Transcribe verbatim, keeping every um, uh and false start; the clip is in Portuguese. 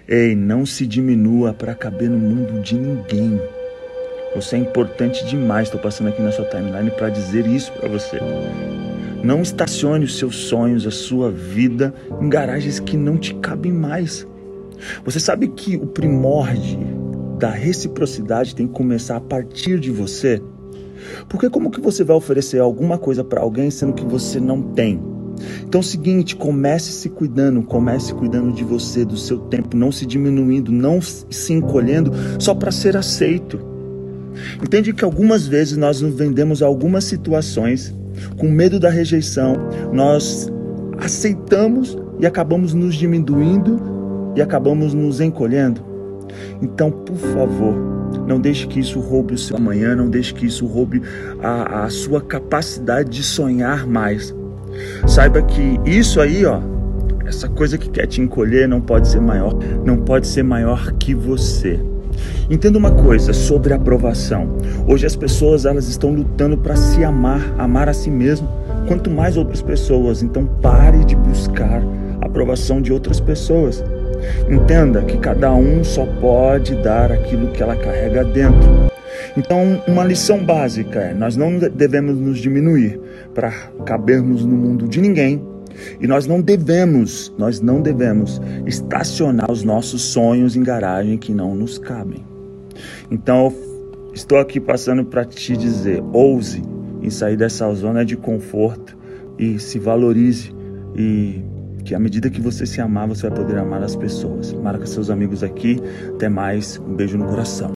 Ei, não se diminua para caber no mundo de ninguém. Você é importante demais. Estou passando aqui na sua timeline para dizer isso para você. Não estacione os seus sonhos, a sua vida em garagens que não te cabem mais. Você sabe que o primórdio da reciprocidade tem que começar a partir de você? Porque como que você vai oferecer alguma coisa para alguém sendo que você não tem? Então é o seguinte, comece se cuidando, comece cuidando de você, do seu tempo, não se diminuindo, não se encolhendo só para ser aceito. Entende que algumas vezes nós nos vendemos a algumas situações com medo da rejeição, nós aceitamos e acabamos nos diminuindo e acabamos nos encolhendo. Então, por favor, não deixe que isso roube o seu amanhã, não deixe que isso roube a, a sua capacidade de sonhar mais. Saiba que isso aí, ó, essa coisa que quer te encolher não pode ser maior, não pode ser maior que você. Entenda uma coisa sobre aprovação. Hoje as pessoas elas estão lutando para se amar, amar a si mesmo, quanto mais outras pessoas. Então pare de buscar a aprovação de outras pessoas. Entenda que cada um só pode dar aquilo que ela carrega dentro. Então, uma lição básica é: nós não devemos nos diminuir para cabermos no mundo de ninguém. E nós não devemos, nós não devemos estacionar os nossos sonhos em garagem que não nos cabem. Então, estou aqui passando para te dizer: ouse em sair dessa zona de conforto e se valorize, e que à medida que você se amar, você vai poder amar as pessoas. Marca seus amigos aqui. Até mais. Um beijo no coração.